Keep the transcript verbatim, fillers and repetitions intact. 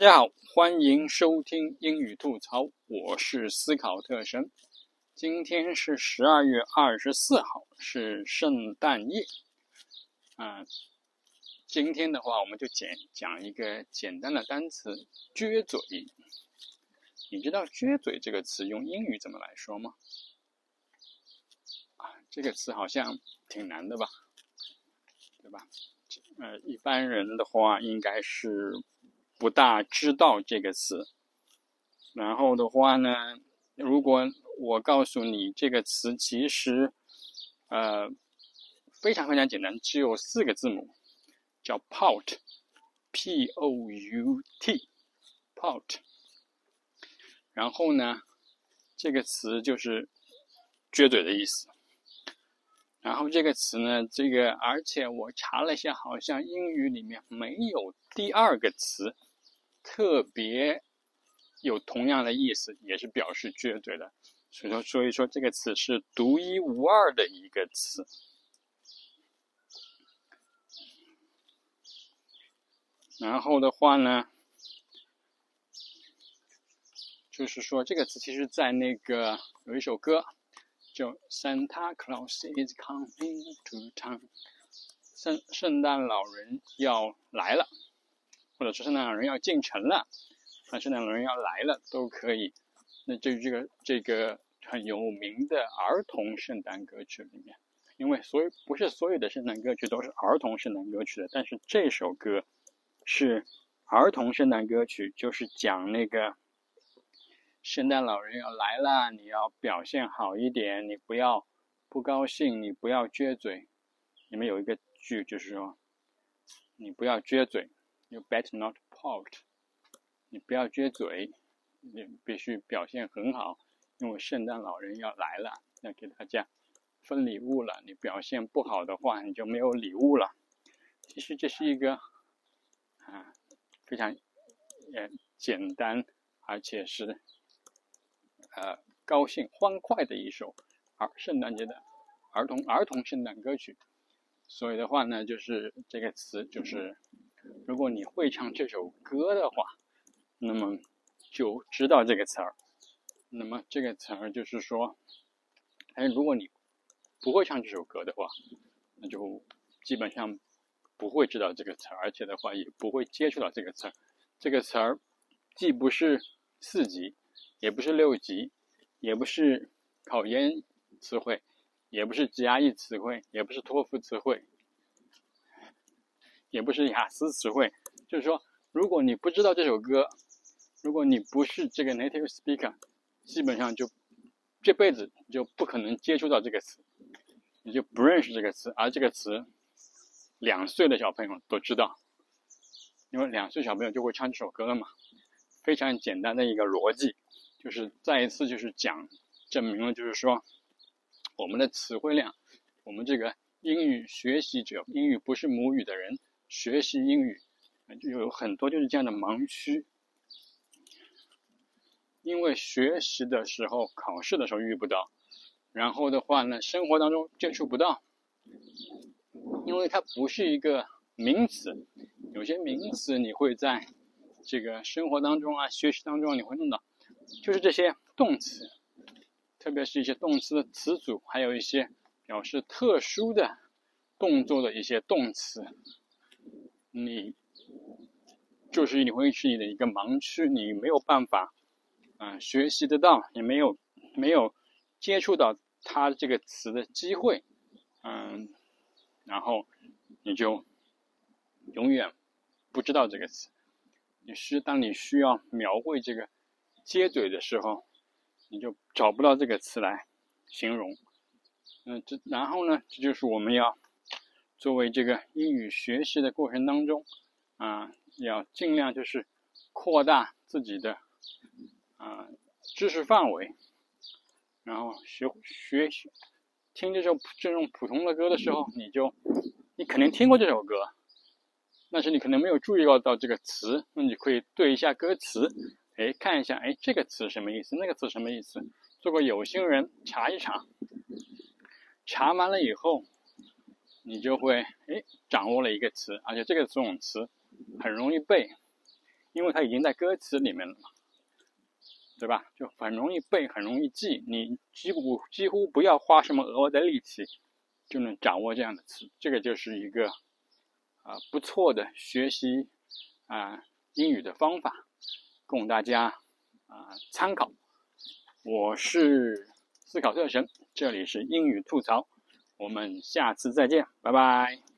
大家好，欢迎收听英语吐槽，我是思考特神。今天是十二月二十四号，是圣诞夜。啊、呃，今天的话，我们就简讲一个简单的单词“撅嘴”。你知道“撅嘴”这个词用英语怎么来说吗？啊，这个词好像挺难的吧，对吧？呃，一般人的话应该是不大知道这个词。然后的话呢，如果我告诉你这个词其实呃非常非常简单，只有四个字母，叫 pout P O U T pout。然后呢，这个词就是撅嘴的意思。然后这个词呢，这个而且我查了一下，好像英语里面没有第二个词特别有同样的意思，也是表示撅嘴的。所以说，所以说这个词是独一无二的一个词。然后的话呢，就是说这个词其实在那个有一首歌叫 Santa Claus is coming to town， 圣圣诞老人要来了，或者是圣诞老人要进城了，啊，圣诞老人要来了都可以。那这这个这个很有名的儿童圣诞歌曲里面，因为所有不是所有的圣诞歌曲都是儿童圣诞歌曲的，但是这首歌是儿童圣诞歌曲，就是讲那个圣诞老人要来了，你要表现好一点，你不要不高兴，你不要撅嘴。里面有一个句就是说，你不要撅嘴 ，You better not pout。你不要撅嘴，你必须表现很好，因为圣诞老人要来了，要给大家分礼物了。你表现不好的话，你就没有礼物了。其实这是一个啊非常呃简单，而且是呃高兴欢快的一首儿圣诞节的儿童儿童圣诞歌曲。所以的话呢，就是这个词就是，如果你会唱这首歌的话，那么就知道这个词儿。那么这个词儿就是说，哎，如果你不会唱这首歌的话，那就基本上不会知道这个词儿，而且的话也不会接触到这个词儿。这个词儿既不是四级，也不是六级，也不是考研词汇，也不是 G R E 词汇，也不是托福词汇，也不是雅思词汇。就是说，如果你不知道这首歌，如果你不是这个 native speaker， 基本上就这辈子就不可能接触到这个词，你就不认识这个词。而这个词，两岁的小朋友都知道，因为两岁小朋友就会唱这首歌了嘛。非常简单的一个逻辑，就是再一次就是讲证明了，就是说我们的词汇量，我们这个英语学习者，英语不是母语的人学习英语就有很多就是这样的盲区。因为学习的时候考试的时候遇不到，然后的话呢生活当中接触不到，因为它不是一个名词。有些名词你会在这个生活当中啊学习当中你会弄到，就是这些动词，特别是一些动词的词组，还有一些表示特殊的动作的一些动词，你就是你会是你的一个盲区，你没有办法啊、呃，学习得到，也没有没有接触到它这个词的机会，嗯，然后你就永远不知道这个词。你是当你需要描绘这个接嘴的时候，你就找不到这个词来形容。嗯，这然后呢，这就是我们要作为这个英语学习的过程当中啊、呃，要尽量就是扩大自己的啊、呃、知识范围，然后学学习听这首这种普通的歌的时候，你就你肯定听过这首歌，但是你可能没有注意到到这个词，那你可以对一下歌词，哎，看一下，哎，这个词什么意思，那个词什么意思，做个有心人查一查，查完了以后，你就会哎掌握了一个词，而且这个这种词很容易背， 因为它已经在歌词里面了嘛，对吧？就很容易背，很容易记，你几乎几乎不要花什么额外的力气，就能掌握这样的词。这个就是一个啊、呃、不错的学习啊、呃、英语的方法，供大家啊、呃、参考。我是思考特神，这里是英语吐槽，我们下次再见，拜拜。